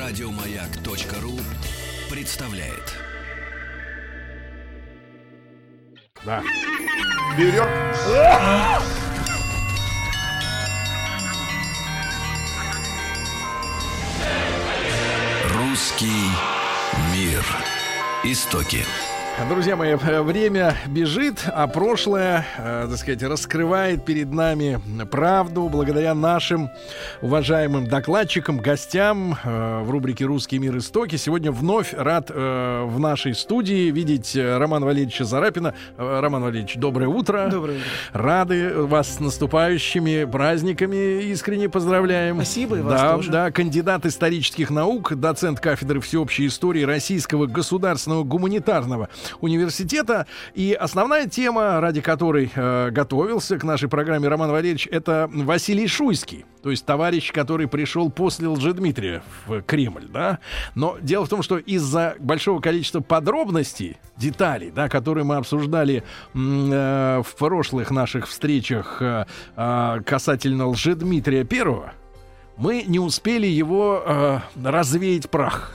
Радиомаяк.ру представляет. Да. Берем. Русский мир. Истоки. Друзья мои, время бежит, а прошлое, так сказать, раскрывает перед нами правду благодаря нашим уважаемым докладчикам, гостям в рубрике «Русский мир. Истоки». Сегодня вновь рад в нашей студии видеть Романа Валерьевича Зарапина. Роман Валерьевич, доброе утро. Доброе утро. Рады вас с наступающими праздниками, искренне поздравляем. Спасибо, и вас тоже. Да, кандидат исторических наук, доцент кафедры всеобщей истории Российского государственного гуманитарного университета. И основная тема, ради которой готовился к нашей программе Роман Валерьевич, это Василий Шуйский. То есть товарищ, который пришел после Лжедмитрия в Кремль, да. Но дело в том, что из-за большого количества подробностей, деталей, да, которые мы обсуждали в прошлых наших встречах касательно Лжедмитрия Первого, мы не успели его развеять прах.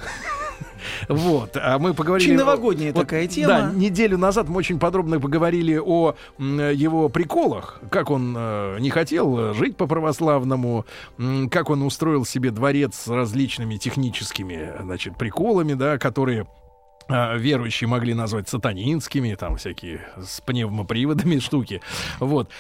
Вот, а мы поговорили... Очень новогодняя такая тема. Да, неделю назад мы очень подробно поговорили о его приколах, как он не хотел жить по-православному, как он устроил себе дворец с различными техническими, значит, приколами, да, которые верующие могли назвать сатанинскими, там всякие с пневмоприводами штуки, вот,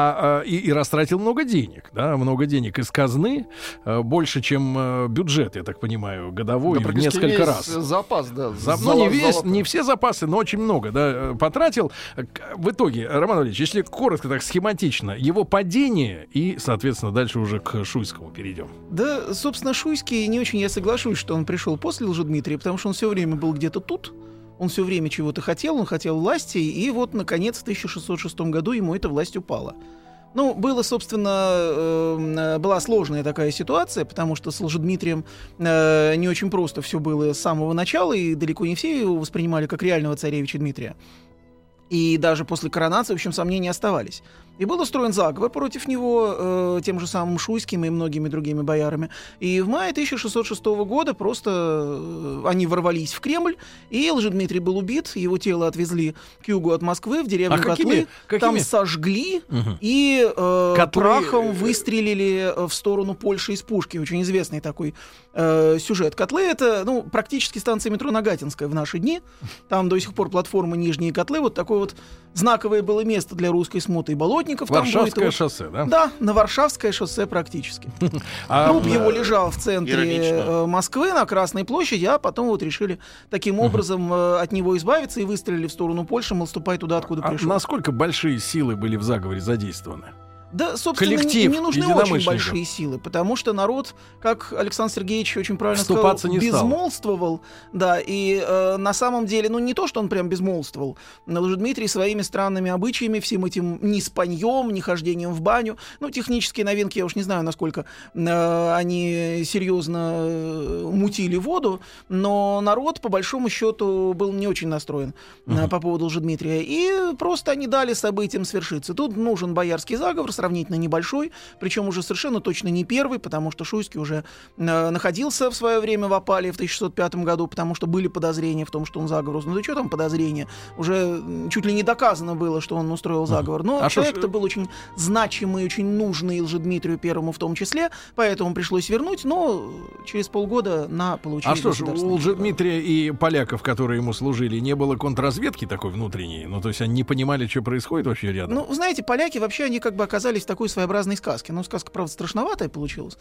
и растратил много денег, да, много денег из казны, больше, чем бюджет, я так понимаю, годовой, да, в несколько раз. Запас, да. Не все запасы, но очень много, да, потратил. В итоге, Роман Валерьевич, если коротко, так схематично, его падение и, соответственно, дальше уже к Шуйскому перейдем. Да, собственно, Шуйский, не очень я соглашусь, что он пришел после Лжедмитрия, потому что он все время был где-то тут. Он все время чего-то хотел, он хотел власти, и вот, наконец, в 1606 году ему эта власть упала. Ну, была сложная такая ситуация, потому что с Лжедмитрием не очень просто все было с самого начала, и далеко не все его воспринимали как реального царевича Дмитрия. И даже после коронации, в общем, сомнения оставались. И был устроен заговор против него тем же самым Шуйским и многими другими боярами. И в мае 1606 года просто они ворвались в Кремль, и Лжедмитрий был убит, его тело отвезли к югу от Москвы, в деревню Котлы, там сожгли и прахом выстрелили в сторону Польши из пушки. Очень известный такой сюжет. Котлы — это практически станция метро Нагатинская в наши дни. Там до сих пор платформы Нижние Котлы. Вот такое вот знаковое было место для русской смуты и болотников. Варшавское шоссе, да? Да, на Варшавское шоссе практически. Труп его лежал в центре Москвы на Красной площади, а потом вот решили таким образом от него избавиться и выстрелили в сторону Польши, мол, ступай туда, откуда пришел. Насколько большие силы были в заговоре задействованы? Да, собственно, не нужны очень большие силы, потому что народ, как Александр Сергеевич очень правильно сказал, безмолвствовал. Да, и на самом деле, не то, что он прям безмолвствовал. Лжедмитрий своими странными обычаями, всем этим ни спаньем, ни хождением в баню, технические новинки, я уж не знаю, насколько они серьезно мутили воду, но народ, по большому счету, был не очень настроен по поводу Лжедмитрия. И просто они дали событиям свершиться. Тут нужен боярский заговор, сравнительно небольшой, причем уже совершенно точно не первый, потому что Шуйский уже находился в свое время в опале в 1605 году, потому что были подозрения в том, что он заговор. Ну да что там подозрения? Уже чуть ли не доказано было, что он устроил заговор. Но человек-то был очень значимый, очень нужный Лжедмитрию Первому в том числе, поэтому пришлось вернуть, но через полгода получили. А что ж, у Лжедмитрия и поляков, которые ему служили, не было контрразведки такой внутренней? То есть они не понимали, что происходит вообще рядом? Знаете, поляки вообще, они как бы оказались в такой своеобразной сказке. Сказка, правда, страшноватая получилась,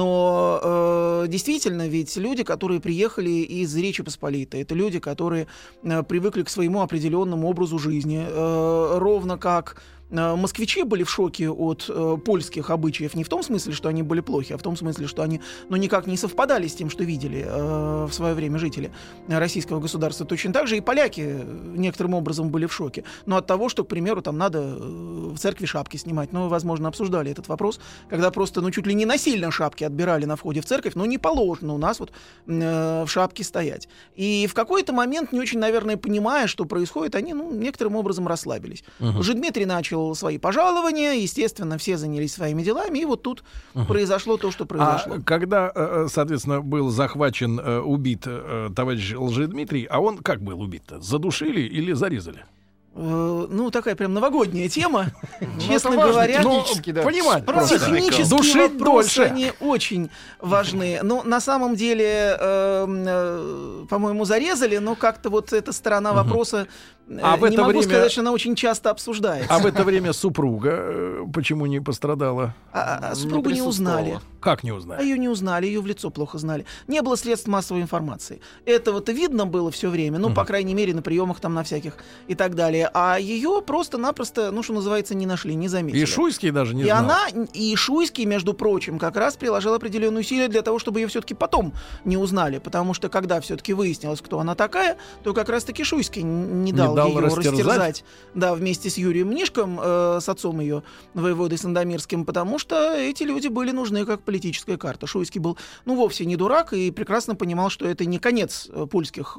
но действительно, ведь люди, которые приехали из Речи Посполитой, это люди, которые привыкли к своему определенному образу жизни, ровно как москвичи были в шоке от польских обычаев не в том смысле, что они были плохи, а в том смысле, что они никак не совпадали с тем, что видели в свое время жители российского государства. Точно так же и поляки некоторым образом были в шоке. Но от того, что, к примеру, там надо в церкви шапки снимать. Возможно, обсуждали этот вопрос, когда просто чуть ли не насильно шапки отбирали на входе в церковь, не положено у нас в шапке стоять. И в какой-то момент, не очень, наверное, понимая, что происходит, они некоторым образом расслабились. Лжедмитрий начал начал свои пожалования, естественно, все занялись своими делами, и вот тут произошло то, что произошло. А когда, соответственно, был захвачен, убит товарищ Лжедмитрий, а он как был убит-то? Задушили или зарезали? Ну, такая прям новогодняя тема, честно говоря. Понимать, технические вопросы, они очень важны. Но на самом деле, по-моему, зарезали, но как-то вот эта сторона вопроса, не могу сказать, что она очень часто обсуждается. А в это время супруга почему не пострадала? Супругу не узнали. Как не узнали? Ее не узнали, ее в лицо плохо знали. Не было средств массовой информации. Этого-то видно было все время, ну, по крайней мере, на приемах там на всяких и так далее. А ее просто-напросто, ну, что называется, не нашли, не заметили. И Шуйский даже не знал. И Шуйский, между прочим, как раз приложил определенные усилия для того, чтобы ее все-таки потом не узнали. Потому что, когда все-таки выяснилось, кто она такая, то как раз-таки Шуйский не дал ее растерзать. Да, вместе с Юрием Мнишком, с отцом ее, воеводой Сандомирским, потому что эти люди были нужны как политическая карта. Шуйский был, ну, вовсе не дурак и прекрасно понимал, что это не конец польских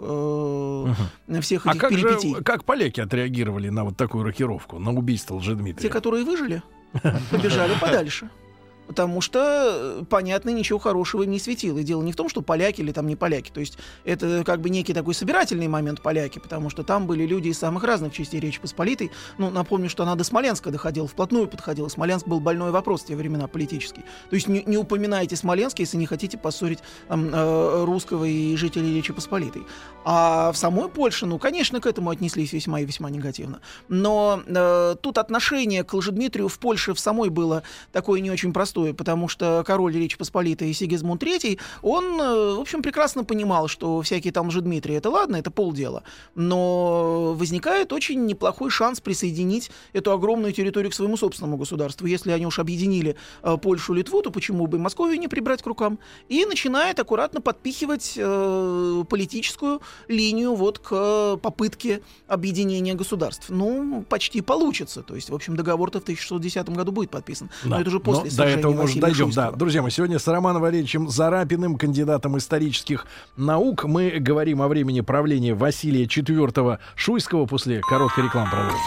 всех этих перипетий. Как поляки отреагировали на вот такую рокировку, на убийство Лжедмитрия? Те, которые выжили, побежали подальше. Потому что, понятно, ничего хорошего им не светило. И дело не в том, что поляки или там не поляки. То есть это как бы некий такой собирательный момент поляки, потому что там были люди из самых разных частей Речи Посполитой. Ну, напомню, что она до Смоленска доходила, вплотную подходила. Смоленск был больной вопрос в те времена политический. То есть не упоминайте Смоленск, если не хотите поссорить русского и жителей Речи Посполитой. А в самой Польше, ну, конечно, к этому отнеслись весьма и весьма негативно. Но тут отношение к Лжедмитрию в Польше в самой было такое не очень простое. Потому что король Речи Посполитой Сигизмунд III, он, в общем, прекрасно понимал, что всякие там Лжедмитрии, это ладно, это полдела, но возникает очень неплохой шанс присоединить эту огромную территорию к своему собственному государству. Если они уж объединили Польшу, Литву, то почему бы и Московию не прибрать к рукам? И начинает аккуратно подпихивать политическую линию вот к попытке объединения государств. Ну, почти получится. То есть, в общем, договор-то в 1610 году будет подписан. Да. Но это уже после свержения. Может, дойдем. Да. Друзья, мы сегодня с Романом Валерьевичем Зарапиным, кандидатом исторических наук, мы говорим о времени правления Василия IV Шуйского. После короткой рекламы продолжим.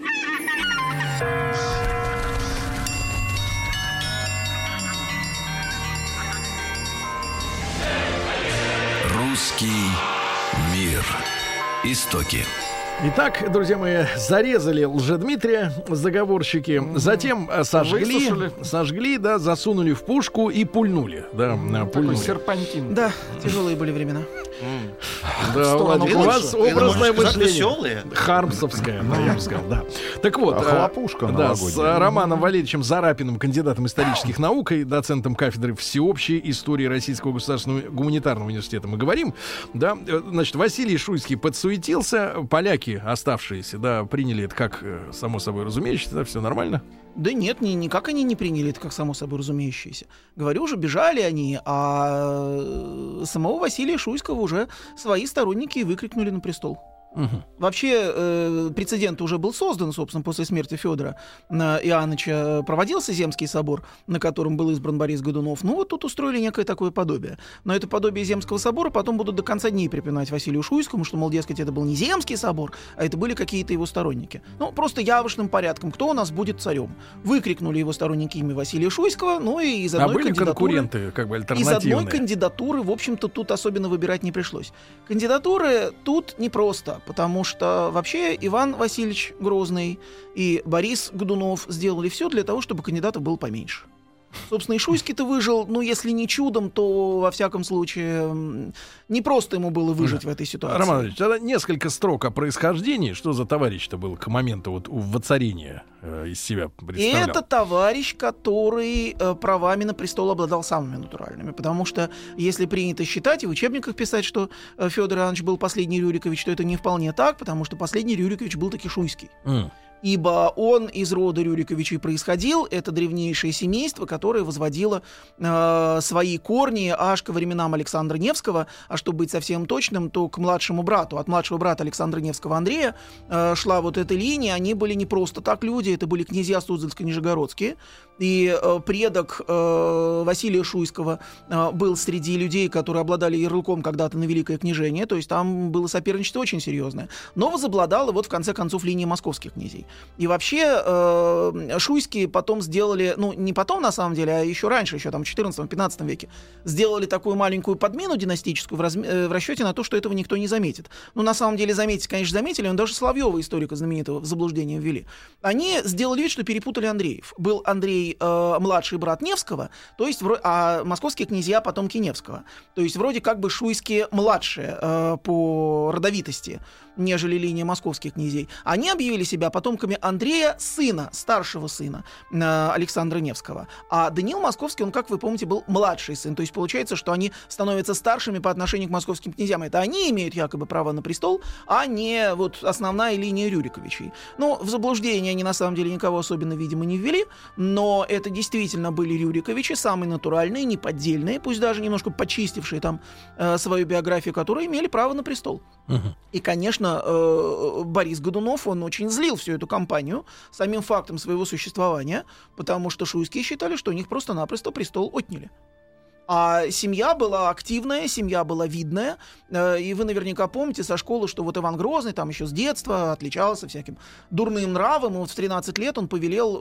Русский мир. Истоки. Итак, друзья мои, зарезали Лжедмитрия заговорщики, затем сожгли, да, засунули в пушку и пульнули. Да, пульнули. Серпантин. Да, тяжелые были времена. Да, у вас образное мышление. Хармсовское, я бы сказал, да. Так вот, с Романом Валерьевичем Зарапиным, кандидатом исторических наук и доцентом кафедры всеобщей истории Российского государственного гуманитарного университета мы говорим. Да, значит, Василий Шуйский подсуетился, поляки оставшиеся, да, приняли это как само собой разумеющееся, да, все нормально? Да нет, никак они не приняли это как само собой разумеющееся. Говорю же, бежали они, а самого Василия Шуйского уже свои сторонники выкрикнули на престол. Вообще прецедент уже был создан, собственно, после смерти Федора Иоанновича проводился Земский собор, на котором был избран Борис Годунов. Ну вот тут устроили некое такое подобие. Но это подобие Земского собора потом будут до конца дней припоминать Василию Шуйскому, что, мол, дескать, это был не Земский собор, а это были какие-то его сторонники. Ну, просто явочным порядком, кто у нас будет царем. Выкрикнули его сторонники имя Василия Шуйского, ну и из одной кандидатуры... конкуренты, как бы альтернативные. Из одной кандидатуры, в общем-то, тут особенно выбирать не пришлось. Кандидатуры тут непросто. Потому что вообще Иван Васильевич Грозный и Борис Годунов сделали все для того, чтобы кандидатов было поменьше. Собственно, и Шуйский-то выжил, ну, если не чудом, то, во всяком случае, не просто ему было выжить в этой ситуации. Роман Ильич, тогда несколько строк о происхождении. Что за товарищ-то был к моменту вот воцарения из себя представлял? Это товарищ, который правами на престол обладал самыми натуральными. Потому что, если принято считать и в учебниках писать, что Федор Иванович был последний Рюрикович, то это не вполне так, потому что последний Рюрикович был таки Шуйский. Ибо он из рода Рюриковичей происходил. Это древнейшее семейство, которое возводило свои корни аж ко временам Александра Невского. А чтобы быть совсем точным, то к младшему брату. От младшего брата Александра Невского Андрея шла вот эта линия. Они были не просто так люди, это были князья Суздальско-Нижегородские. И предок Василия Шуйского был среди людей, которые обладали ярлыком когда-то на Великое княжение, то есть там было соперничество очень серьезное. Но возобладала вот в конце концов линия московских князей. И вообще шуйские потом сделали, ну не потом на самом деле, а еще раньше, еще там в 14-15 веке, сделали такую маленькую подмену династическую в расчете на то, что этого никто не заметит. Ну на самом деле заметить, конечно, заметили, но даже Соловьева, историка знаменитого, в заблуждение ввели. Они сделали вид, что перепутали Андреев. Был Андрей младший брат Невского, то есть а московские князья потомки Невского. То есть вроде как бы шуйские младшие по родовитости, нежели линия московских князей. Они объявили себя потомками Андрея, сына, старшего сына Александра Невского. А Даниил Московский, он, как вы помните, был младший сын. То есть получается, что они становятся старшими по отношению к московским князьям. Это они имеют якобы право на престол, а не вот основная линия Рюриковичей. Ну, в заблуждение они на самом деле никого особенно, видимо, не ввели, но это действительно были Рюриковичи, самые натуральные, неподдельные, пусть даже немножко почистившие там свою биографию, которые имели право на престол. И, конечно, Борис Годунов, он очень злил всю эту кампанию самим фактом своего существования, потому что шуйские считали, что у них просто-напросто престол отняли. А семья была активная, семья была видная, и вы наверняка помните со школы, что вот Иван Грозный там еще с детства отличался всяким дурным нравом, и вот в 13 лет он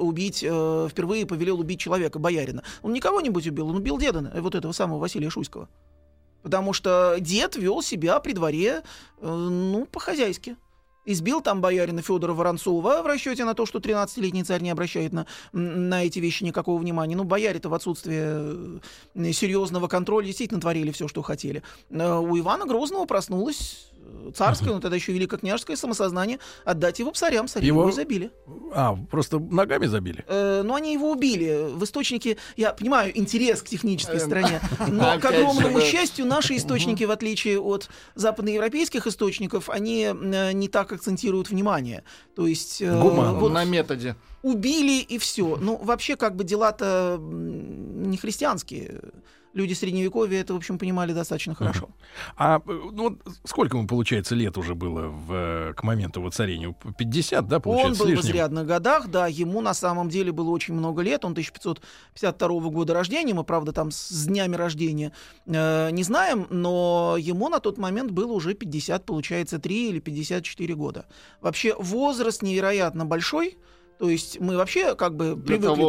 впервые повелел убить человека, боярина. Он не кого-нибудь убил, он убил деда, вот этого самого Василия Шуйского. Потому что дед вел себя при дворе, по-хозяйски. Избил там боярина Федора Воронцова в расчете на то, что 13-летний царь не обращает на эти вещи никакого внимания. Ну, бояре-то в отсутствие серьезного контроля действительно творили все, что хотели. У Ивана Грозного проснулось царское, тогда еще великокняжеское самосознание отдать его псарям. Цари его забили. Просто ногами забили? Они его убили. В источнике, я понимаю, интерес к технической стороне, но, к огромному счастью, наши источники, в отличие от западноевропейских источников, они не так акцентируют внимание. То есть... на методе. Убили и все. Ну, вообще, как бы дела-то не христианские. Люди Средневековья это, в общем, понимали достаточно хорошо. Сколько ему, получается, лет уже было к моменту воцарения? 50, да, получается, Он был в изрядных годах, да, ему на самом деле было очень много лет, он 1552 года рождения, мы, правда, там с днями рождения не знаем, но ему на тот момент было уже 50, получается, 3 или 54 года. Вообще возраст невероятно большой. То есть мы вообще как бы привыкли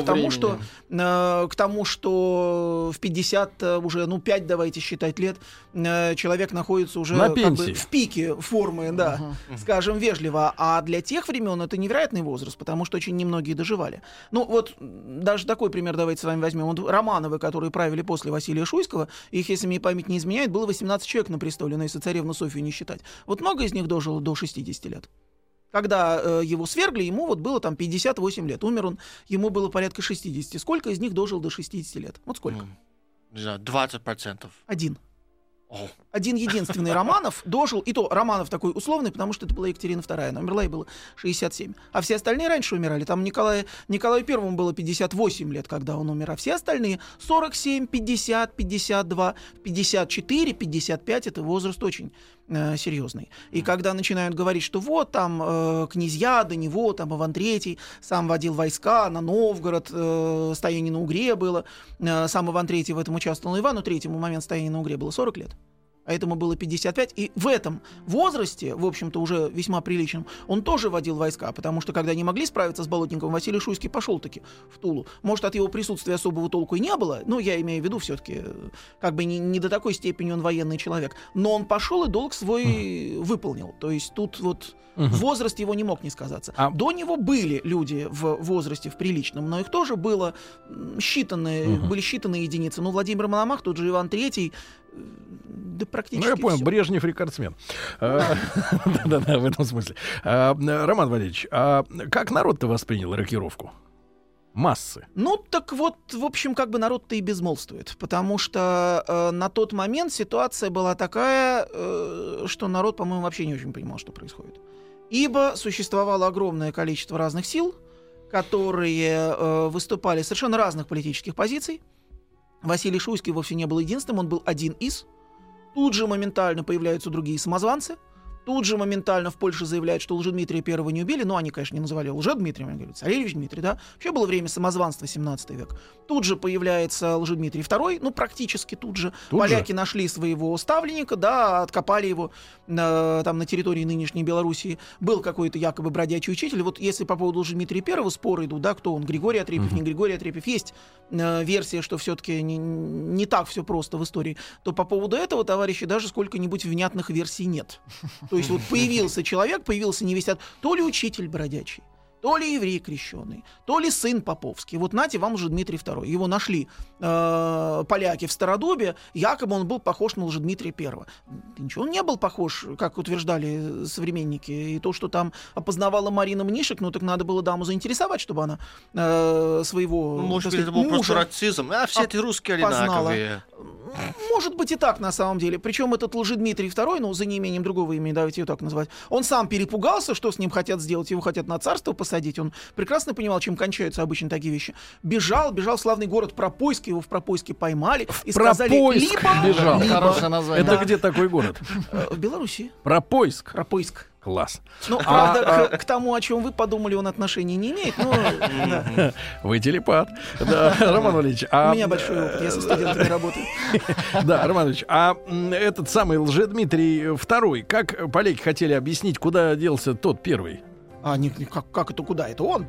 к тому, что в 50 уже, 5 давайте считать лет, человек находится уже как бы в пике формы, да, скажем вежливо. А для тех времен это невероятный возраст, потому что очень немногие доживали. Ну вот даже такой пример давайте с вами возьмем. Вот Романовы, которые правили после Василия Шуйского, их, если мне память не изменяет, было 18 человек на престоле, но если царевну Софью не считать. Вот много из них дожило до 60 лет. Когда его свергли, ему вот было там 58 лет. Умер он, ему было порядка 60. Сколько из них дожил до 60 лет? Вот сколько? Не знаю, 20%. Один. Один единственный Романов дожил, и то Романов такой условный, потому что это была Екатерина II, но умерла ей было 67. А все остальные раньше умирали. Там Николаю Первому было 58 лет, когда он умер, а все остальные 47, 50, 52, 54, 55 — это возраст очень серьезный. И когда начинают говорить, что вот там князья до него, там Иван III сам водил войска на Новгород, стояние на Угре было, сам Иван III в этом участвовал, но Ивану III момент стояния на Угре было 40 лет. А этому было 55, и в этом возрасте, в общем-то, уже весьма приличном, он тоже водил войска, потому что, когда не могли справиться с Болотниковым, Василий Шуйский пошел-таки в Тулу. Может, от его присутствия особого толку и не было, но я имею в виду все-таки, как бы не до такой степени он военный человек, но он пошел и долг свой выполнил. То есть тут вот возраст его не мог не сказаться. До него были люди в возрасте в приличном, но их тоже было были считанные единицы. Ну, Владимир Мономах, тот же Иван III, да практически я понял, все. Брежнев рекордсмен. Да-да, в этом смысле. Роман Валерьевич, как народ-то воспринял рокировку? Массы. Ну, так вот, в общем, как бы народ-то и безмолвствует, потому что на тот момент ситуация была такая, что народ, по-моему, вообще не очень понимал, что происходит. Ибо существовало огромное количество разных сил, которые выступали с совершенно разных политических позиций. Василий Шуйский вовсе не был единственным, он был один из. Тут же моментально появляются другие самозванцы, Тут же моментально в Польше заявляют, что Лжедмитрия I не убили. Ну, они, конечно, не называли Лжедмитрием, они говорят, царевич Дмитрий, да. Вообще было время самозванства, 17 век. Тут же появляется Лжедмитрий II, ну, практически тут же. Поляки нашли своего ставленника, да, откопали его там на территории нынешней Белоруссии. Был какой-то якобы бродячий учитель. Вот если по поводу Лжедмитрия I споры идут, да, кто он, Григорий Отрепьев, не Григорий Отрепьев, есть версия, что все-таки не так все просто в истории, то по поводу этого, товарищи, даже сколько-нибудь внятных версий нет. То есть вот появился человек, появился невесть, то ли учитель бродячий, то ли еврей крещеный, то ли сын поповский. Вот нате вам Лжедмитрий II. Его нашли поляки в Стародубе, якобы он был похож на Лжедмитрия I. Ничего, он не был похож, как утверждали современники. И то, что там опознавала Марина Мнишек, ну так надо было даму заинтересовать, чтобы она своего может быть, это был просто расизм. А все эти русские одинаковые. Может быть и так, на самом деле. Причем этот Лжедмитрий II, ну, за неимением другого имени, давайте ее так назвать, он сам перепугался, что с ним хотят сделать, его хотят на царство посадить. Он прекрасно понимал, чем кончаются обычно такие вещи. Бежал в славный город Пропойск, его в Пропойске поймали и сказали, бежал. Хорошее название. Это где такой город? В Беларуси. Пропойск. Класс. Ну, правда, к тому, о чем вы подумали, он отношения не имеет. Но, да. Вы телепат. Да, Роман Валерьевич. У меня большой опыт, я со студентами работаю. Да, Роман Валерьевич, а этот самый Лжедмитрий II, как поляки хотели объяснить, куда делся тот первый? Как это куда? Это он.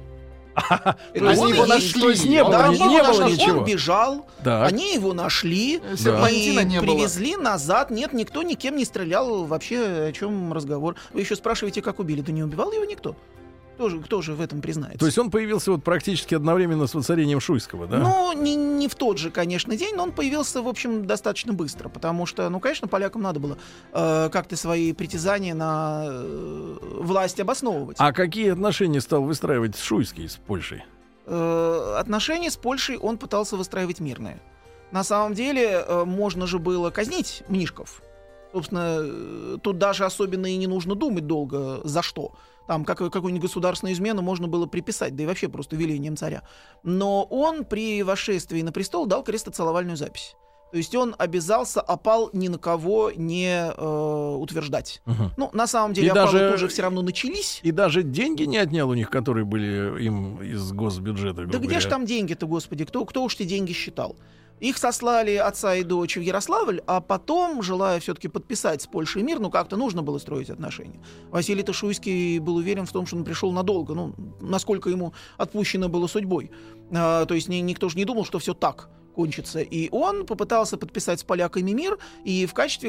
Они его нашли. То есть не было ничего. Он бежал, они его нашли и привезли назад. Нет, никто никем не стрелял. Вообще, о чем разговор? Вы еще спрашиваете, как убили. Да не убивал его никто. Кто же в этом признается? То есть он появился вот практически одновременно с воцарением Шуйского, да? Ну, не в тот же, конечно, день, но он появился, в общем, достаточно быстро, потому что, ну, конечно, полякам надо было как-то свои притязания на власть обосновывать. А какие отношения стал выстраивать Шуйский с Польшей? Отношения с Польшей он пытался выстраивать мирные. На самом деле, можно же было казнить Мнишков. Собственно, тут даже особенно и не нужно думать долго, за что. Там какую-нибудь государственную измену можно было приписать, да и вообще просто велением царя. Но он при восшествии на престол дал крестоцеловальную запись. То есть он обязался опал ни на кого не утверждать. Ну, на самом деле, опалы тоже все равно начались. И даже деньги не отнял у них, которые были им из госбюджета. Да где же там деньги-то, господи? Кто уж эти деньги считал? Их сослали отца и дочь в Ярославль, а потом, желая все-таки подписать с Польшей мир, ну как-то нужно было строить отношения. Василий Шуйский был уверен в том, что он пришел надолго, ну, насколько ему отпущено было судьбой. То есть никто же не думал, что все так кончится. И он попытался подписать с поляками мир, и в качестве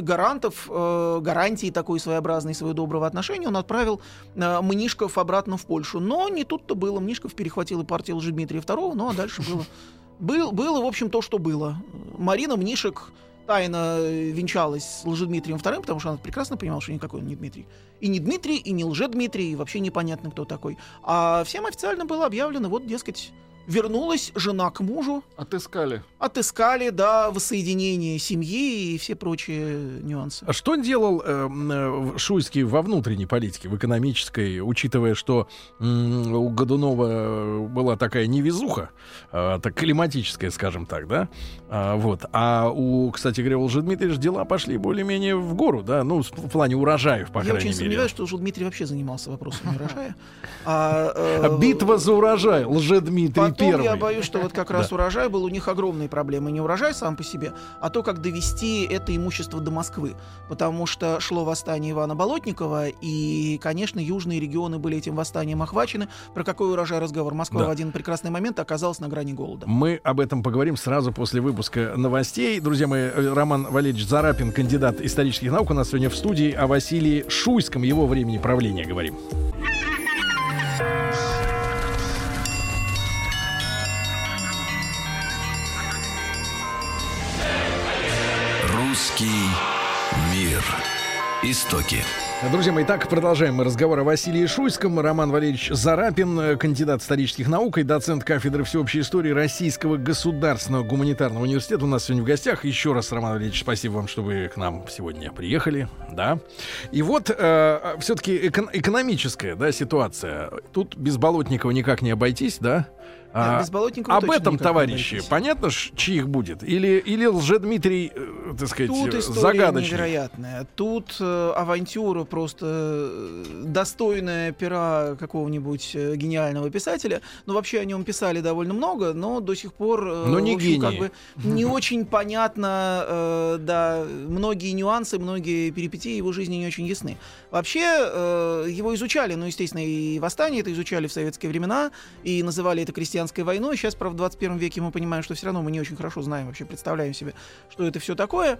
гарантии такой своеобразной, своего доброго отношения он отправил Мнишков обратно в Польшу. Но не тут-то было. Мнишков перехватил и партию Лжедмитрия II, ну а дальше было, в общем, то, что было. Марина Мнишек тайно венчалась с Лжедмитрием II, потому что она прекрасно понимала, что никакой он не Дмитрий. И не Дмитрий, и не Лжедмитрий, и вообще непонятно, кто такой. А всем официально было объявлено, вот, дескать, вернулась жена к мужу. Отыскали, да, воссоединение семьи и все прочие нюансы. А что делал Шуйский во внутренней политике, в экономической, учитывая, что у Годунова была такая невезуха, так климатическая, скажем так, да? А кстати говоря, у Лжедмитрия дела пошли более-менее в гору, да? Ну, в плане урожаев, по крайней мере. Я очень сомневаюсь, что Лжедмитрий вообще занимался вопросами урожая. Битва за урожай, Лжедмитрий Потом я боюсь, что вот как раз урожай был у них огромной проблемой. Не урожай сам по себе, а то, как довести это имущество до Москвы. Потому что шло восстание Ивана Болотникова, и, конечно, южные регионы были этим восстанием охвачены. Про какой урожай разговор? Москва в один прекрасный момент оказалась на грани голода. Мы об этом поговорим сразу после выпуска новостей. Друзья мои, Роман Валерьевич Зарапин, кандидат исторических наук, у нас сегодня в студии. О Василии Шуйском, его времени правления говорим. Русский мир. Истоки. Друзья мои, итак, продолжаем мы разговор о Василии Шуйском. Роман Валерьевич Зарапин, кандидат исторических наук и доцент кафедры всеобщей истории Российского государственного гуманитарного университета. У нас сегодня в гостях. Еще раз, Роман Валерьевич, спасибо вам, что вы к нам сегодня приехали. Да. И вот все-таки экономическая, да, ситуация. Тут без Болотникова никак не обойтись, да? Без Болотникова об этом, товарищи, понятно, чьих будет? Или Лжедмитрий так сказать, тут история загадочный. Невероятная. Тут авантюра просто достойная пера какого-нибудь гениального писателя. Ну, вообще о нем писали довольно много, но до сих пор как бы не очень понятно, да, многие нюансы, многие перипетии его жизни не очень ясны. Вообще его изучали, ну, естественно, и восстание это изучали в советские времена, и называли это крестьянской войной. Сейчас, правда, в 21 веке мы понимаем, что все равно мы не очень хорошо знаем, вообще представляем себе, что это все такое.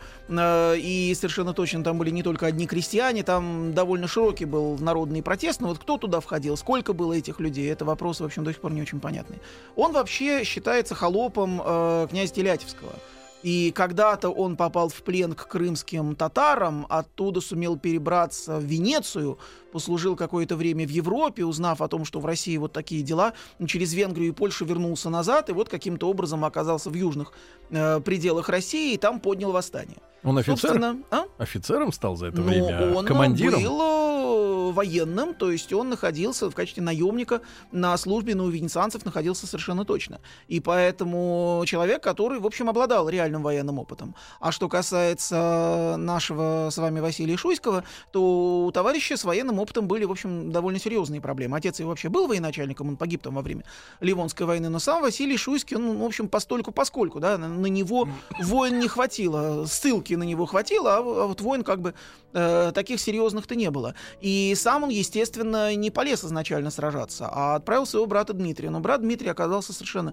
И совершенно точно там были не только одни крестьяне, там довольно широкий был народный протест. Но вот кто туда входил, сколько было этих людей, это вопрос, в общем, до сих пор не очень понятный. Он вообще считается холопом князя Телятевского. И когда-то он попал в плен к крымским татарам, оттуда сумел перебраться в Венецию, послужил какое-то время в Европе, узнав о том, что в России вот такие дела, через Венгрию и Польшу вернулся назад, и вот каким-то образом оказался в южных пределах России, и там поднял восстание. Он офицер? Офицером стал за это время? Командиром? Он был военным, то есть он находился в качестве наемника на службе, но у венецианцев находился совершенно точно. И поэтому человек, который, в общем, обладал реальным военным опытом. А что касается нашего с вами Василия Шуйского, то у товарища с военным опытом были, в общем, довольно серьезные проблемы. Отец его вообще был военачальником, он погиб там во время Ливонской войны, но сам Василий Шуйский, он, в общем, постольку-поскольку, да, на него войн не хватило, ссылки на него хватило, а вот войн как бы таких серьезных-то не было. И сам он, естественно, не полез изначально сражаться, а отправил своего брата Дмитрия. Но брат Дмитрий оказался совершенно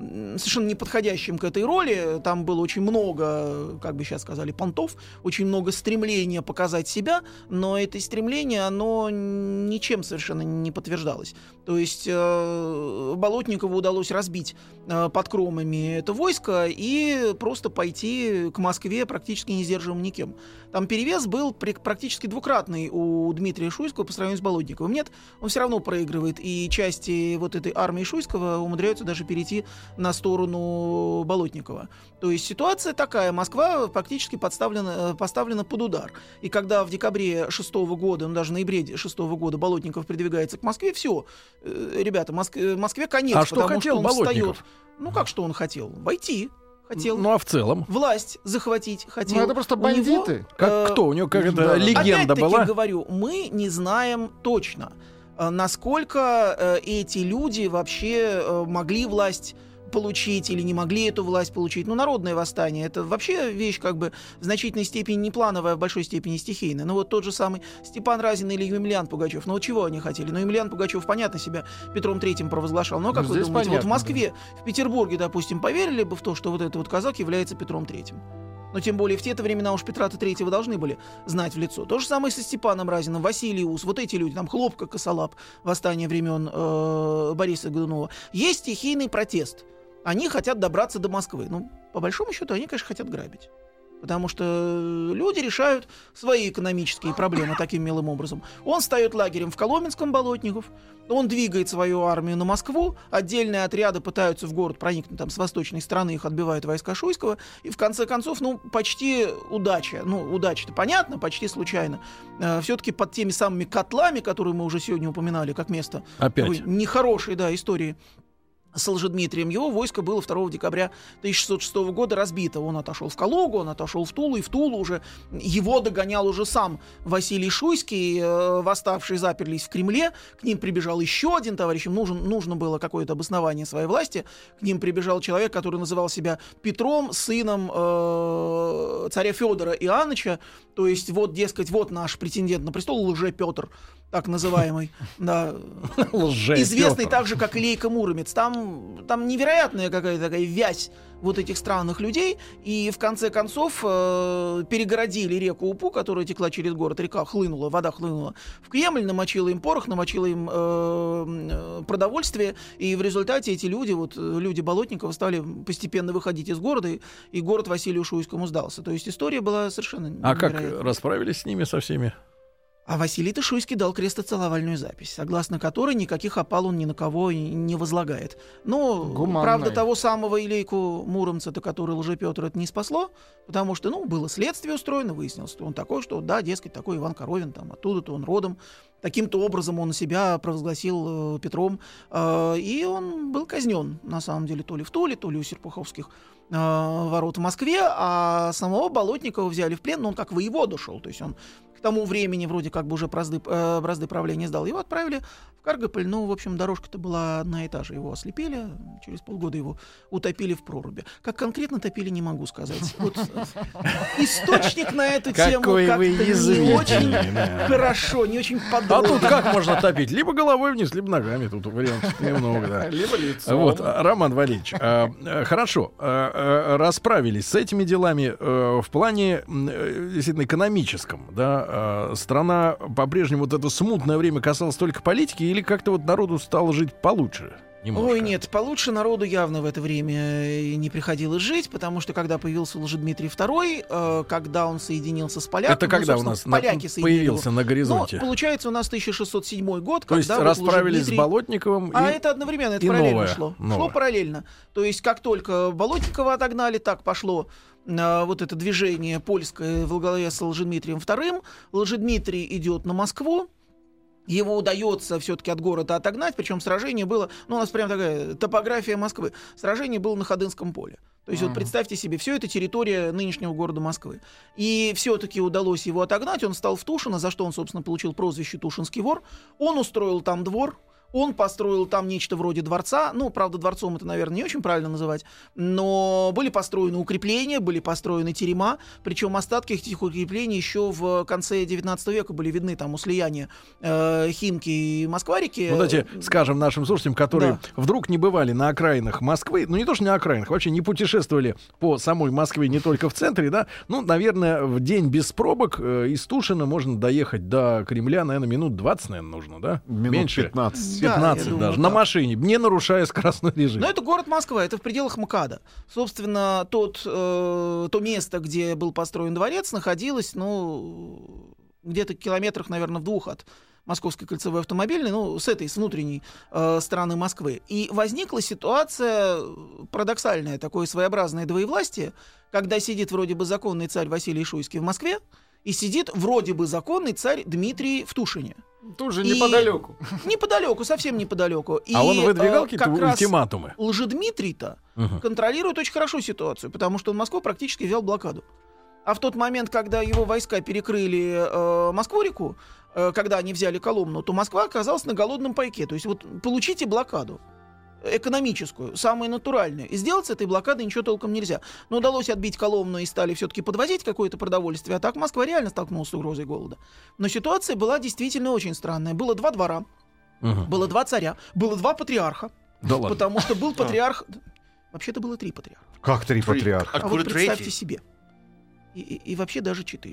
неподходящим к этой роли. Там было очень много, как бы сейчас сказали, понтов, очень много стремления показать себя, но это стремление, оно ничем совершенно не подтверждалось. То есть Болотникову удалось разбить под Кромами это войско и просто пойти к Москве практически не сдерживаем никем. Там перевес был практически двукратный у Дмитрия Шуйского по сравнению с Болотниковым. Нет, он все равно проигрывает, и части вот этой армии Шуйского умудряются даже перейти на сторону Болотникова. То есть ситуация такая, Москва фактически поставлена под удар. И когда в декабре 6 года, ну даже в ноябре 6 года Болотников придвигается к Москве, все, ребята, Москве конец. А что хотел он Болотников? Встает. Ну как что он хотел? Войти. Хотел. Ну а в целом? Власть захватить хотел. Ну это просто бандиты. Кто? У него какая-то легенда была? Опять-таки говорю, мы не знаем точно, насколько эти люди вообще могли власть получить или не могли эту власть получить. Ну, народное восстание — это вообще вещь как бы в значительной степени не плановая, а в большой степени стихийная. Ну, вот тот же самый Степан Разин или Емельян Пугачев. Ну, вот чего они хотели? Ну, Емельян Пугачев, понятно, себя Петром Третьим провозглашал. Но, как вы думаете, понятно, вот в Москве, в Петербурге, допустим, поверили бы в то, что вот этот вот казак является Петром Третьим? Но тем более в те-то времена уж Петра-то Третьего должны были знать в лицо. То же самое со Степаном Разиным, Василий Ус, вот эти люди, там Хлопко, Косолап, восстание времен Бориса Годунова. Есть стихийный протест. Они хотят добраться до Москвы. Ну, по большому счету, они, конечно, хотят грабить. Потому что люди решают свои экономические проблемы таким милым образом. Он встает лагерем в Коломенском, Болотников. Он двигает свою армию на Москву. Отдельные отряды пытаются в город проникнуть там с восточной стороны. Их отбивают войска Шуйского. И в конце концов, ну, почти удача. Ну, удача-то понятно, почти случайно. Все-таки под теми самыми котлами, которые мы уже сегодня упоминали, как место опять нехорошей, да, истории с Лжедмитрием, его войско было 2 декабря 1606 года разбито. Он отошел в Калугу, он отошел в Тулу, и в Тулу уже его догонял уже сам Василий Шуйский. Восставшие заперлись в Кремле, к ним прибежал еще один товарищ, им нужно было какое-то обоснование своей власти. К ним прибежал человек, который называл себя Петром, сыном царя Федора Иоанновича. То есть, вот, дескать, вот наш претендент на престол, Лже-Петр, так называемый, да, известный также как Илейка Муромец. Там невероятная какая-то такая вязь вот этих странных людей, и в конце концов перегородили реку Упу, которая текла через город, река хлынула, вода хлынула в Кремль, намочила им порох, намочила им продовольствие, и в результате эти люди, вот люди Болотникова, стали постепенно выходить из города, и город Василию Шуйскому сдался. То есть история была совершенно невероятная. А как расправились с ними со всеми? А Василий Тышуйский дал крестоцеловальную запись, согласно которой никаких опал он ни на кого не возлагает. Но, правда, того самого Илейку Муромца, который Лжепетр, это не спасло, потому что, было следствие устроено, выяснилось, что он такой, что, да, дескать, такой Иван Коровин, там, оттуда-то он родом. Таким-то образом он себя провозгласил Петром, и он был казнен, на самом деле, то ли в Туле, то ли у Серпуховских ворот в Москве, а самого Болотникова взяли в плен, но он как воевода шел, то есть он к тому времени вроде как бы уже бразды правления сдал. Его отправили в Каргополь, в общем, дорожка-то была одна и та же. Его ослепили, через полгода его утопили в проруби. Как конкретно топили, не могу сказать. Вот источник на эту тему как-то не очень хорошо, не очень подробно. А тут как можно топить? Либо головой вниз, либо ногами. Тут вариантов немного, да. Либо лицом. Вот, Роман Валерьевич, хорошо, расправились с этими делами в плане действительно экономическом, да. Страна по-прежнему вот это смутное время касалось только политики, или как-то вот народу стало жить получше? Немножко. Ой, нет, получше народу явно в это время не приходилось жить, потому что когда появился Лжедмитрий II, когда он соединился с поляками... Это когда у нас появился на горизонте? Получается, у нас 1607 год, то есть расправились с Болотниковым это одновременно, это параллельно шло. Шло параллельно. То есть как только Болотникова отогнали, так пошло вот это движение польское во главе с Лжедмитрием II. Лжедмитрий идет на Москву. Его удается все-таки от города отогнать, причем сражение было, у нас прям такая топография Москвы. Сражение было на Ходынском поле. То есть вот представьте себе, все это территория нынешнего города Москвы. И все-таки удалось его отогнать, он стал в Тушино, за что он, собственно, получил прозвище Тушинский вор. Он устроил там двор. Он построил там нечто вроде дворца. Правда, дворцом это, наверное, не очень правильно называть. Но были построены укрепления, были построены терема. Причем остатки этих укреплений еще в конце 19 века были видны там у слияния Химки и Москварики. Давайте скажем нашим слушателям, которые вдруг не бывали на окраинах Москвы, не то что на окраинах, вообще не путешествовали по самой Москве, не только в центре, да, наверное, в день без пробок из Тушина можно доехать до Кремля, наверное, минут 20, наверное, нужно, да? Меньше 15. 15 думаю, даже, на машине, не нарушая скоростной режим. Но это город Москва, это в пределах МКАДа. Собственно, то место, где был построен дворец, находилось, где-то километрах, наверное, в 2 от Московской кольцевой автомобильной, с внутренней стороны Москвы. И возникла ситуация парадоксальная, такое своеобразное двоевластие, когда сидит вроде бы законный царь Василий Шуйский в Москве, и сидит вроде бы законный царь Дмитрий в Тушине. Тут же неподалеку. Неподалеку, совсем неподалеку. А он выдвигал какие-то ультиматумы? Лжедмитрий-то контролирует очень хорошо ситуацию, потому что он Москву практически взял в блокаду. А в тот момент, когда его войска перекрыли Москву-реку, когда они взяли Коломну, то Москва оказалась на голодном пайке. То есть вот получите блокаду экономическую, самую натуральную. И сделать с этой блокадой ничего толком нельзя. Но удалось отбить Коломну и стали все-таки подвозить какое-то продовольствие. А так Москва реально столкнулась с угрозой голода. Но ситуация была действительно очень странная. Было 2 двора, было 2 царя, было 2 патриарха. Да ладно. Потому что был патриарх... Вообще-то было 3 патриарха. Как 3 патриарха? А вот представьте себе. И вообще даже 4.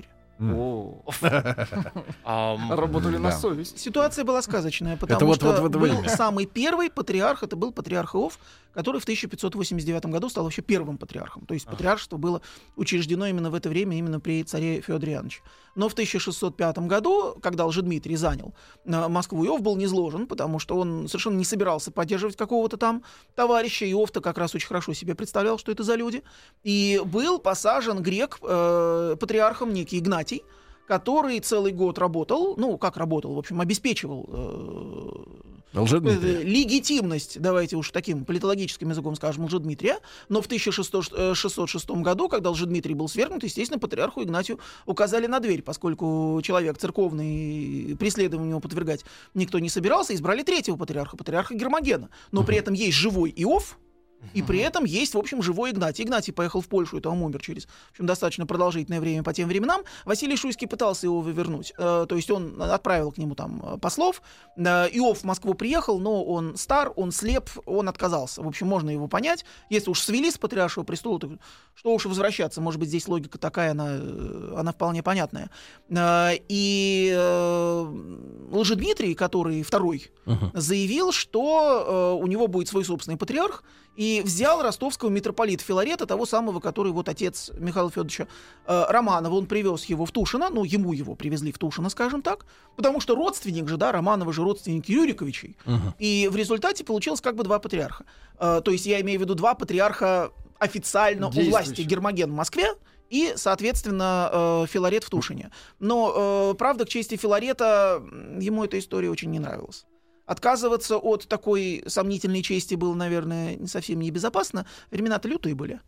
Работали на совесть. Ситуация была сказочная, потому что был самый первый патриарх, это был патриарх Иов, который в 1589 году стал вообще первым патриархом. То есть патриаршество было учреждено именно в это время, именно при царе Феодоре Иоанновиче. Но в 1605 году, когда Лжедмитрий занял Москву, Иов был низложен, потому что он совершенно не собирался поддерживать какого-то там товарища. Иов-то как раз очень хорошо себе представлял, что это за люди. И был посажен грек патриархом некий Игнатий, который целый год работал, в общем, обеспечивал легитимность, давайте уж таким политологическим языком скажем, Лжедмитрия, но в 1606 году, когда Лжедмитрий был свергнут, естественно, патриарху Игнатию указали на дверь, поскольку человек церковный, преследованию его подвергать никто не собирался, избрали 3-го патриарха Гермогена, но при этом есть живой Иов, и при этом есть, в общем, живой Игнатий. Игнатий поехал в Польшу, это он умер через, в общем, достаточно продолжительное время по тем временам. Василий Шуйский пытался его вернуть. То есть он отправил к нему там послов. Иов в Москву приехал, но он стар, он слеп, он отказался. В общем, можно его понять. Если уж свели с патриаршего престола, то что уж возвращаться. Может быть, здесь логика такая, она вполне понятная. И Лжедмитрий, который второй, заявил, что у него будет свой собственный патриарх, и и взял ростовского митрополита Филарета, того самого, который вот отец Михаила Федоровича Романова, он привез его в Тушино, ну, ему его привезли в Тушино, скажем так, потому что родственник же, да, Романовы же родственники Рюриковичей, и в результате получилось как бы два патриарха. То есть я имею в виду два патриарха официально у власти: Гермоген в Москве и, соответственно, Филарет в Тушине. Но, правда, к чести Филарета, ему эта история очень не нравилась. Отказываться от такой сомнительной чести было, наверное, совсем небезопасно. Времена-то лютые были.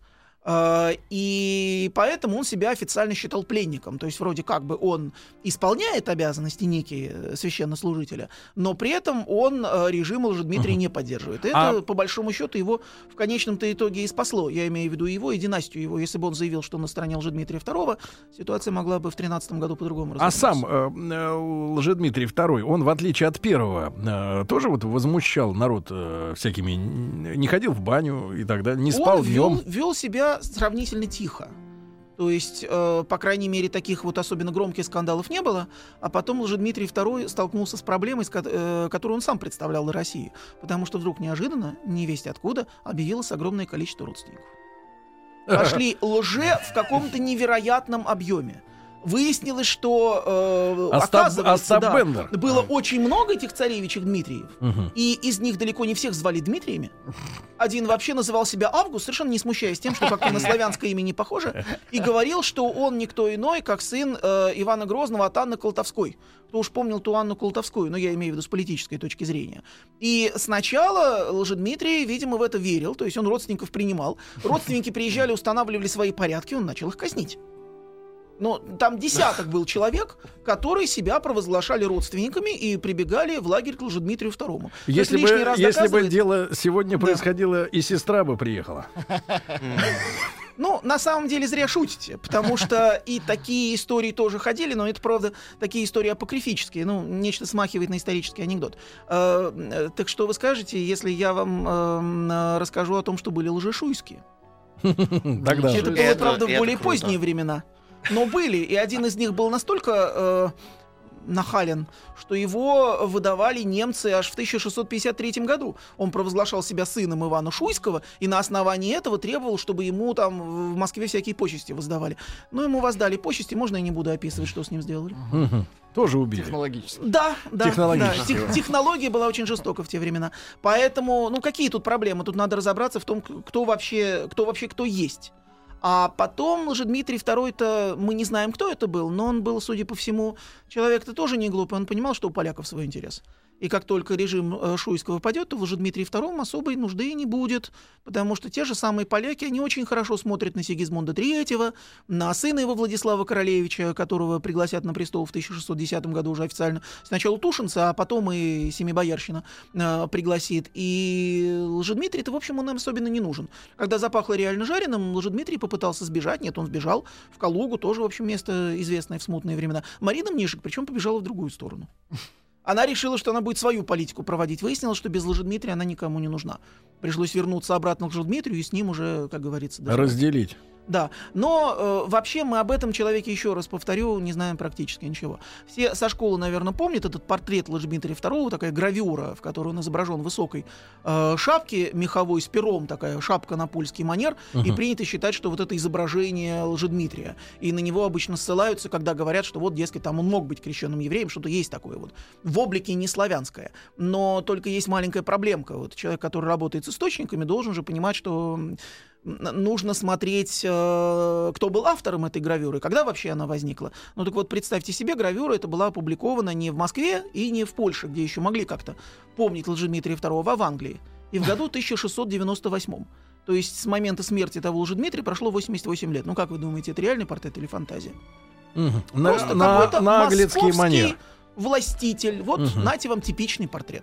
И поэтому он себя официально считал пленником. То есть вроде как бы он исполняет обязанности некие священнослужителя, но при этом он режим Лжедмитрия не поддерживает. И это, по большому счету, его в конечном-то итоге и спасло. Я имею в виду его и династию его. Если бы он заявил, что он на стороне Лжедмитрия II, ситуация могла бы в 13 году по-другому развиваться. А сам Лжедмитрий II, он, в отличие от первого, тоже вот возмущал народ всякими... Не ходил в баню и так далее, не спал днем. Он вел себя сравнительно тихо. То есть, по крайней мере, таких вот особенно громких скандалов не было. А потом Лжедмитрий II столкнулся с проблемой, которую он сам представлял для России. Потому что вдруг неожиданно, невесть откуда, объявилось огромное количество родственников. Пошли лже в каком-то невероятном объеме. Выяснилось, что оказывается, было очень много этих царевичек Дмитриев, и из них далеко не всех звали Дмитриями. Один вообще называл себя Август, совершенно не смущаясь тем, что как-то на славянское имя не похоже, и говорил, что он никто иной, как сын Ивана Грозного от Анны Колтовской. Кто уж помнил ту Анну Колтовскую, но я имею в виду с политической точки зрения. И сначала Лжедмитрий, видимо, в это верил, то есть он родственников принимал. Родственники приезжали, устанавливали свои порядки, он начал их казнить. Но там десяток был человек, которые себя провозглашали родственниками и прибегали в лагерь к Лжедмитрию II. Если бы дело сегодня происходило, и сестра бы приехала. Ну, на самом деле зря шутите, потому что и такие истории тоже ходили, но это, правда, такие истории апокрифические, ну, нечто смахивает на исторический анекдот. Так что вы скажете, если я вам расскажу о том, что были лжешуйские? Это было, правда, в более поздние времена. Но были, и один из них был настолько нахален, что его выдавали немцы аж в 1653 году. Он провозглашал себя сыном Ивана Шуйского, и на основании этого требовал, чтобы ему там в Москве всякие почести воздавали. Но ему воздали почести, можно я не буду описывать, что с ним сделали. Тоже убили. Технологически. Да. Технология была очень жестока в те времена. Поэтому, ну какие тут проблемы? Тут надо разобраться в том, кто вообще есть. А потом Лжедмитрий II-то, мы не знаем, кто это был, но он был, судя по всему, человек-то тоже не глупый, он понимал, что у поляков свой интерес. И как только режим Шуйского падет, то в Лжедмитрии II особой нужды не будет, потому что те же самые поляки, они очень хорошо смотрят на Сигизмунда III, на сына его Владислава Королевича, которого пригласят на престол в 1610 году уже официально. Сначала Тушинца, а потом и Семибоярщина пригласит. И Лжедмитрий-то, в общем, он нам особенно не нужен. Когда запахло реально жареным, Лжедмитрий попытался сбежать. Нет, он сбежал в Калугу, тоже, в общем, место известное в смутные времена. Марина Мнишек, причем побежала в другую сторону. Она решила, что она будет свою политику проводить. Выяснилось, что без Лжедмитрия она никому не нужна. Пришлось вернуться обратно к Лжедмитрию и с ним уже, как говорится... разделить. Да, но вообще мы об этом человеке, еще раз повторю, не знаем практически ничего. Все со школы, наверное, помнят этот портрет Лжедмитрия II, такая гравюра, в которой он изображен в высокой шапке меховой с пером, такая шапка на польский манер, и принято считать, что вот это изображение Лжедмитрия. И на него обычно ссылаются, когда говорят, что вот, дескать, там он мог быть крещенным евреем, что-то есть такое вот. В облике не славянское. Но только есть маленькая проблемка. Вот человек, который работает с источниками, должен же понимать, что... нужно смотреть, кто был автором этой гравюры, когда вообще она возникла. Ну так вот, представьте себе, гравюра эта была опубликована не в Москве и не в Польше, где еще могли как-то помнить Лжедмитрия II, а в Англии. И в году 1698. То есть с момента смерти того Лжедмитрия прошло 88 лет. Ну как вы думаете, это реальный портрет или фантазия? Просто какой-то московский манер. Властитель. Вот, нате вам типичный портрет.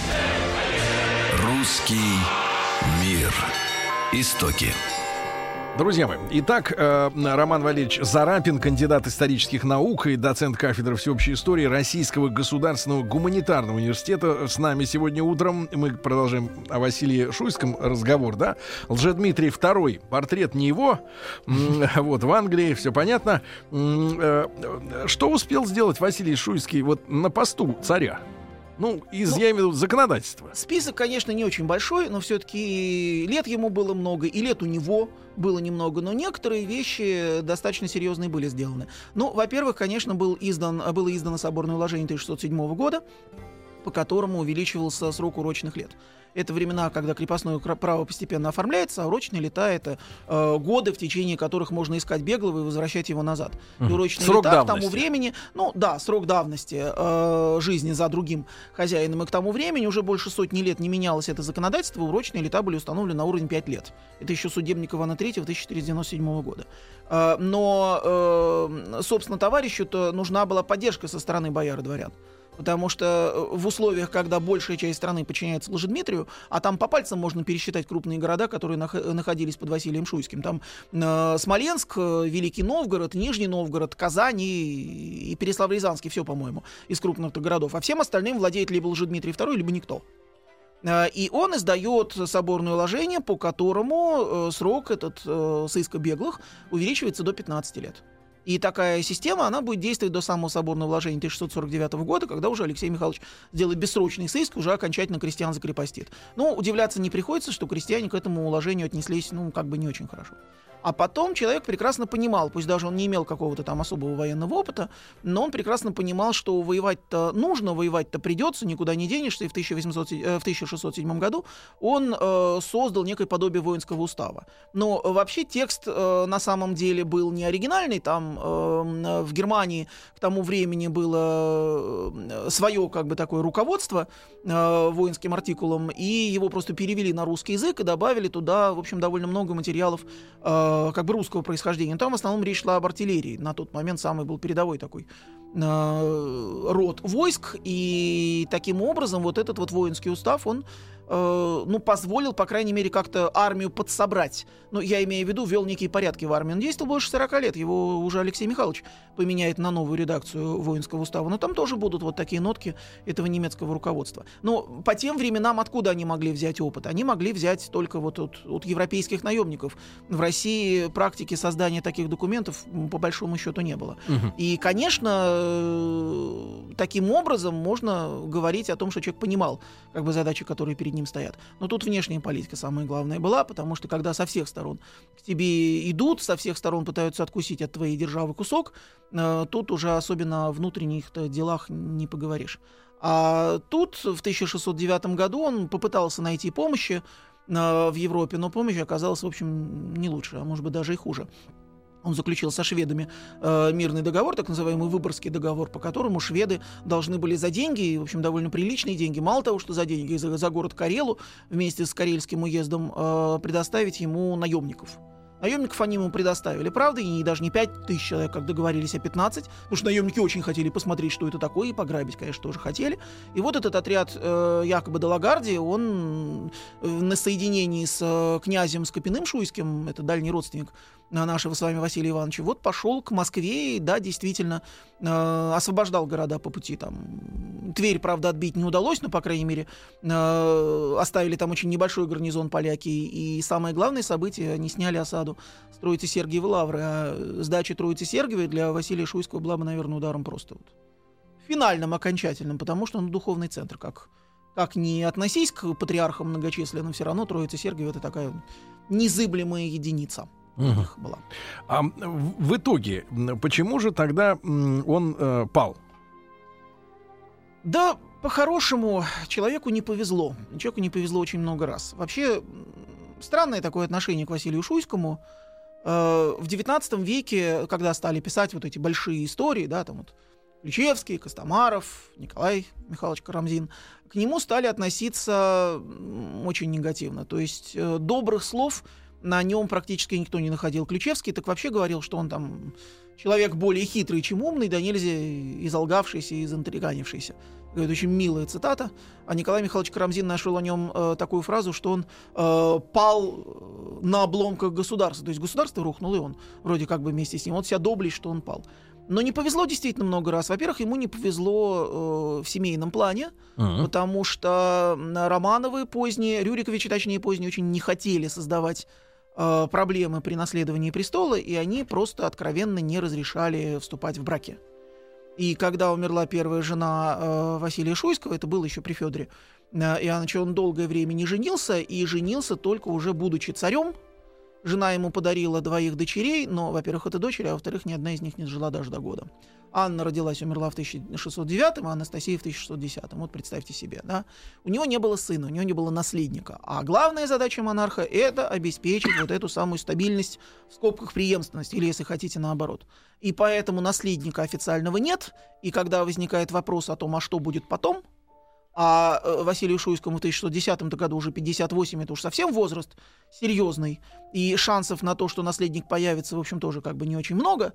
Русский мир. Истоки. Друзья мои, итак, Роман Валерьевич Зарапин, кандидат исторических наук и доцент кафедры всеобщей истории Российского государственного гуманитарного университета с нами сегодня утром. Мы продолжаем о Василии Шуйском разговор, да? Лжедмитрий II, портрет не его, вот, в Англии, все понятно. Что успел сделать Василий Шуйский вот на посту царя? Я имею в виду законодательство. Список, конечно, не очень большой, но все-таки лет ему было много, и лет у него было немного, но некоторые вещи достаточно серьезные были сделаны. Во-первых, конечно, было издано соборное уложение 1607 года, по которому увеличивался срок урочных лет. Это времена, когда крепостное право постепенно оформляется, а урочные лета — это годы, в течение которых можно искать беглого и возвращать его назад. И урочные срок лета давности. К тому времени, срок давности жизни за другим хозяином, и к тому времени уже больше сотни лет не менялось это законодательство, урочные лета были установлены на уровень 5 лет. Это еще судебник Ивана III 1497 года. Но, собственно, товарищу-то нужна была поддержка со стороны бояр и дворян. Потому что в условиях, когда большая часть страны подчиняется Лжедмитрию, а там по пальцам можно пересчитать крупные города, которые находились под Василием Шуйским. Там Смоленск, Великий Новгород, Нижний Новгород, Казань и Переславль-Рязанский, все, по-моему, из крупных городов. А всем остальным владеет либо Лжедмитрий II, либо никто. И он издает соборное уложение, по которому срок этот сыска беглых увеличивается до 15 лет. И такая система, она будет действовать до самого соборного уложения 1649 года, когда уже Алексей Михайлович сделает бессрочный сыск, уже окончательно крестьян закрепостит. Удивляться не приходится, что крестьяне к этому уложению отнеслись, не очень хорошо. А потом человек прекрасно понимал, пусть даже он не имел какого-то там особого военного опыта, но он прекрасно понимал, что воевать-то нужно, воевать-то придется, никуда не денешься, и в 1607 году он создал некое подобие воинского устава. Но вообще текст на самом деле был не оригинальный, там в Германии к тому времени было свое такое руководство воинским артикулом, и его просто перевели на русский язык и добавили туда, в общем, довольно много материалов русского происхождения. Но там в основном речь шла об артиллерии. На тот момент самый был передовой такой род войск. И таким образом вот этот вот воинский устав, он позволил, по крайней мере, как-то армию подсобрать. Я имею в виду, ввел некие порядки в армии. Он действовал больше 40 лет. Его уже Алексей Михайлович поменяет на новую редакцию воинского устава. Но там тоже будут вот такие нотки этого немецкого руководства. Но по тем временам откуда они могли взять опыт? Они могли взять только вот от европейских наемников. В России практики создания таких документов по большому счету не было. И, конечно, таким образом можно говорить о том, что человек понимал задачи, которые перед ним стоят. Но тут внешняя политика самая главная была, потому что когда со всех сторон к тебе идут, со всех сторон пытаются откусить от твоей державы кусок, тут уже особенно о внутренних делах не поговоришь. А тут в 1609 году он попытался найти помощи в Европе, но помощь оказалась, в общем, не лучше, а может быть даже и хуже. Он заключил со шведами мирный договор, так называемый Выборгский договор, по которому шведы должны были за деньги, в общем, довольно приличные деньги, мало того, что за деньги, за город Карелу вместе с Карельским уездом предоставить ему наемников. Наемников они ему предоставили, правда, и даже не 5000 человек, как договорились, а 15, потому что наемники очень хотели посмотреть, что это такое, и пограбить, конечно, тоже хотели. И вот этот отряд якобы де ла Гардии, он на соединении с князем Скопиным Шуйским, это дальний родственник нашего с вами Василия Ивановича, вот пошел к Москве и, да, действительно, освобождал города по пути. Там Тверь, правда, отбить не удалось, но, по крайней мере, оставили там очень небольшой гарнизон поляки. И самое главное событие, они сняли осаду с Троицы-Сергиевой лавры. А сдача Троицы-Сергиевой для Василия Шуйского была бы, наверное, ударом просто финальным, окончательным, потому что он духовный центр. Как ни относись к патриархам многочисленным, все равно Троица-Сергиева — это такая незыблемая единица. Была. А в итоге, почему же тогда он пал? Да, по-хорошему, человеку не повезло. Человеку не повезло очень много раз. Вообще, странное такое отношение к Василию Шуйскому. В XIX веке, когда стали писать вот эти большие истории, да, там вот Ключевский, Костомаров, Николай Михайлович Карамзин, к нему стали относиться очень негативно. То есть добрых слов на нем практически никто не находил. Ключевский так вообще говорил, что он там человек более хитрый, чем умный, да нельзя изолгавшийся и изинтриганившийся. Это очень милая цитата. А Николай Михайлович Карамзин нашел о нем такую фразу, что он пал на обломках государства. То есть государство рухнуло, и он вроде как бы вместе с ним. Он себя доблесть, что он пал. Но не повезло действительно много раз. Во-первых, ему не повезло в семейном плане, потому что Романовы поздние, Рюриковичи, точнее, поздние, очень не хотели создавать проблемы при наследовании престола, и они просто откровенно не разрешали вступать в браки. И когда умерла первая жена Василия Шуйского, это было еще при Федоре Иоанновиче, он долгое время не женился, и женился только уже будучи царем. Жена ему подарила 2 дочерей, но, во-первых, это дочери, а во-вторых, ни одна из них не дожила даже до года. Анна родилась, умерла в 1609, а Анастасия в 1610. Вот представьте себе, да? У него не было сына, у него не было наследника. А главная задача монарха — это обеспечить вот эту самую стабильность, в скобках преемственность, или, если хотите, наоборот. И поэтому наследника официального нет, и когда возникает вопрос о том, а что будет потом, а Василию Шуйскому в 1610 году уже 58, это уж совсем возраст серьезный, и шансов на то, что наследник появится, в общем, тоже как бы не очень много.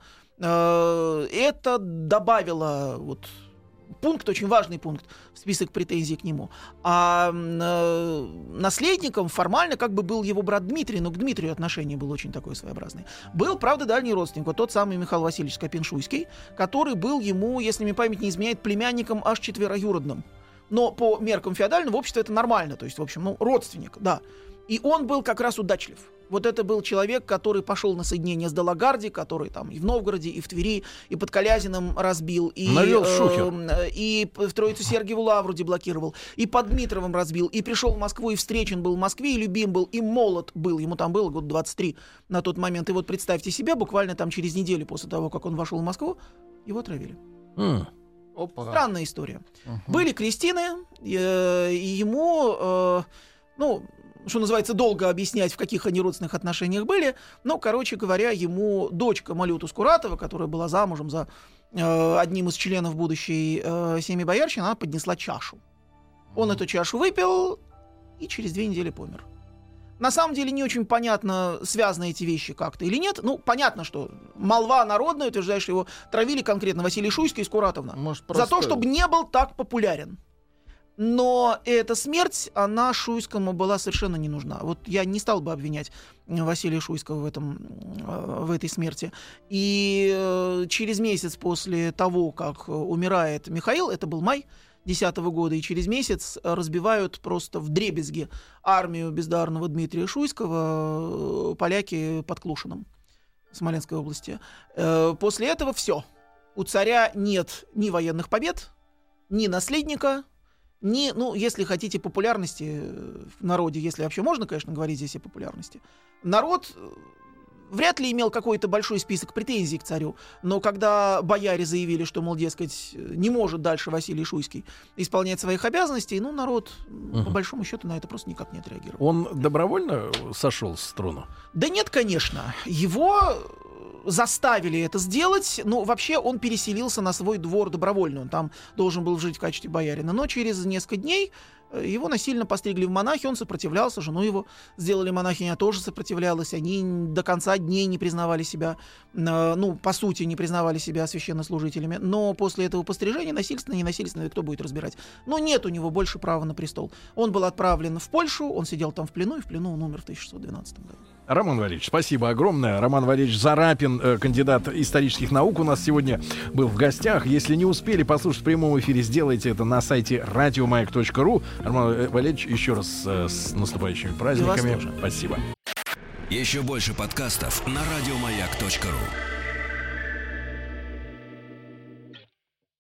Это добавило вот пункт, очень важный пункт в список претензий к нему. А наследником формально как бы был его брат Дмитрий, но к Дмитрию отношение было очень такое своеобразное. Был, правда, дальний родственник, вот тот самый Михаил Васильевич Скопин-Шуйский, который был ему, если мне память не изменяет, племянником аж четвероюродным. Но по меркам феодального общества это нормально, то есть, в общем, родственник, да. И он был как раз удачлив. Вот это был человек, который пошел на соединение с Далагарди, который там и в Новгороде, и в Твери, и под Калязиным разбил, и в Троице-Сергиеву лавру деблокировал, и под Дмитровым разбил, и пришел в Москву, и встречен был в Москве, и любим был, и молод был. Ему там было год 23 на тот момент. И вот представьте себе, буквально там через неделю после того, как он вошел в Москву, его отравили. Опа. Странная история. Были крестины, и ему, что называется, долго объяснять, в каких они родственных отношениях были, но, короче говоря, ему дочка Малюта Скуратова, которая была замужем за одним из членов будущей семьи боярщины, она поднесла чашу. Он эту чашу выпил и через 2 недели помер. На самом деле не очень понятно, связаны эти вещи как-то или нет. Ну, понятно, что молва народная утверждает, что его травили конкретно Василий Шуйский и Скуратовна. За то, чтобы не был так популярен. Но эта смерть, она Шуйскому была совершенно не нужна. Вот я не стал бы обвинять Василия Шуйского в этой смерти. И через месяц после того, как умирает Михаил, это был май 2010 года, и через месяц разбивают просто вдребезги армию бездарного Дмитрия Шуйского поляки под Клушиным в Смоленской области. После этого все. У царя нет ни военных побед, ни наследника, ни, если хотите, популярности в народе, если вообще можно, конечно, говорить здесь о популярности. Народ вряд ли имел какой-то большой список претензий к царю, но когда бояре заявили, что, мол, дескать, не может дальше Василий Шуйский исполнять своих обязанностей, народ, по большому счету, на это просто никак не отреагировал. Он добровольно сошел с трона? Да нет, конечно. Его заставили это сделать, вообще он переселился на свой двор добровольно, он там должен был жить в качестве боярина, но через несколько дней его насильно постригли в монахи, он сопротивлялся, жену его сделали монахиня, тоже сопротивлялась, они до конца дней не признавали себя, по сути, не признавали себя священнослужителями, но после этого пострижения, насильственно, ненасильственно, кто будет разбирать? Нет у него больше права на престол. Он был отправлен в Польшу, он сидел там в плену, и в плену он умер в 1612 году. Роман Валерьевич, спасибо огромное. Роман Валерьевич Зарапин, кандидат исторических наук, у нас сегодня был в гостях. Если не успели послушать в прямом эфире, сделайте это на сайте radiomayak.ru. Роман Валерьевич, еще раз с наступающими праздниками. Спасибо. Еще больше подкастов на radiomayak.ru.